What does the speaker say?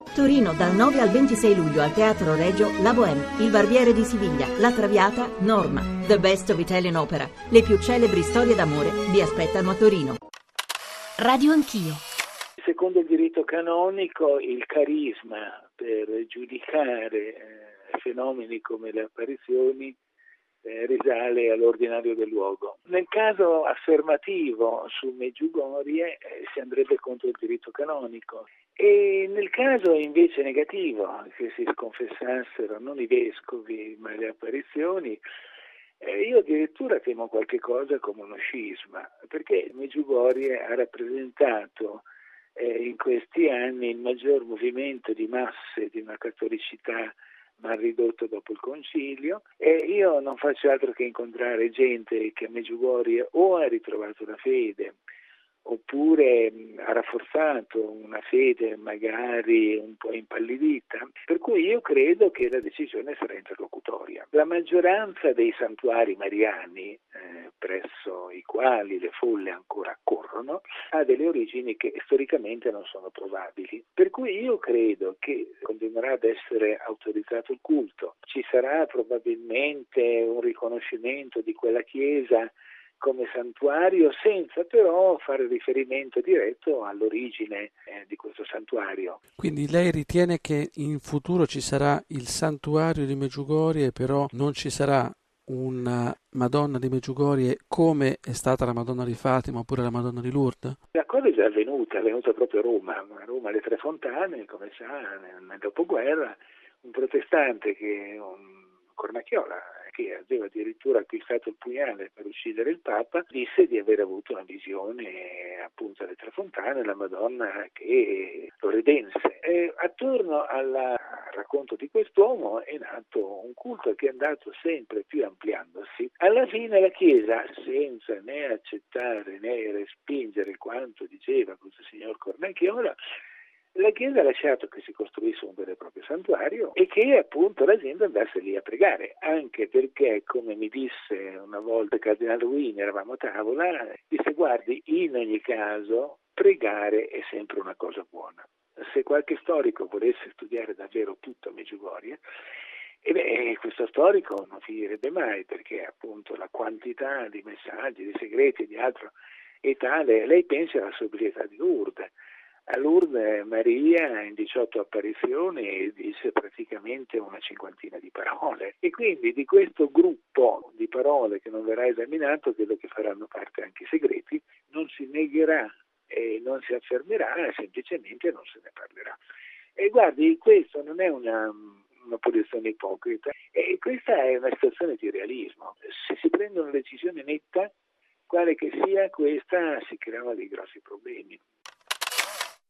Torino dal 9 al 26 luglio al Teatro Regio La Bohème, Il Barbiere di Siviglia, La Traviata, Norma, The Best of Italian Opera. Le più celebri storie d'amore vi aspettano a Torino. Radio Anch'io. Secondo il diritto canonico, il carisma per giudicare fenomeni come le apparizioni risale all'ordinario del luogo. Nel caso affermativo su Medjugorje si andrebbe contro il diritto canonico, e nel caso invece negativo, che si sconfessassero non i vescovi ma le apparizioni, io addirittura temo qualche cosa come uno scisma, perché Medjugorje ha rappresentato in questi anni il maggior movimento di masse di una cattolicità mal ridotto dopo il concilio, e io non faccio altro che incontrare gente che a Medjugorje o ha ritrovato la fede oppure ha rafforzato una fede magari un po' impallidita, per cui io credo che la decisione sarà interlocutoria. La maggioranza dei santuari mariani presso i quali le folle ancora corrono ha delle origini che storicamente non sono probabili, per cui io credo che continuerà ad essere autorizzato il culto, ci sarà probabilmente un riconoscimento di quella chiesa come santuario, senza però fare riferimento diretto all'origine di questo santuario. Quindi lei ritiene che in futuro ci sarà il santuario di Medjugorje, però non ci sarà una Madonna di Medjugorje come è stata la Madonna di Fatima oppure la Madonna di Lourdes? La cosa è già avvenuta, è avvenuta proprio a Roma alle Tre Fontane, come sa, nel dopoguerra, un protestante un cornacchiola, che aveva addirittura acquistato il pugnale per uccidere il Papa, disse di aver avuto una visione appunto alle Tre Fontane, la Madonna che lo redense. E attorno al racconto di quest'uomo è nato un culto che è andato sempre più ampliandosi. Alla fine la Chiesa, senza né accettare né respingere quanto diceva questo signor Cornacchiola, la Chiesa ha lasciato che si costruisse un vero e proprio santuario e che appunto la gente andasse lì a pregare, anche perché, come mi disse una volta il Cardinale Ruini, eravamo a tavola, disse: guardi, in ogni caso pregare è sempre una cosa buona. Se qualche storico volesse studiare davvero tutto Medjugorje, questo storico non finirebbe mai, perché appunto la quantità di messaggi, di segreti e di altro è tale. Lei pensa alla sobrietà di Lourdes. A Lourdes Maria in 18 apparizioni dice praticamente una cinquantina di parole, e quindi di questo gruppo di parole che non verrà esaminato credo che faranno parte anche i segreti. Non si negherà e non si affermerà, semplicemente non se ne parlerà. E guardi, questo non è una posizione ipocrita, e questa è una situazione di realismo. Se si prende una decisione netta, quale che sia questa, si creano dei grossi problemi.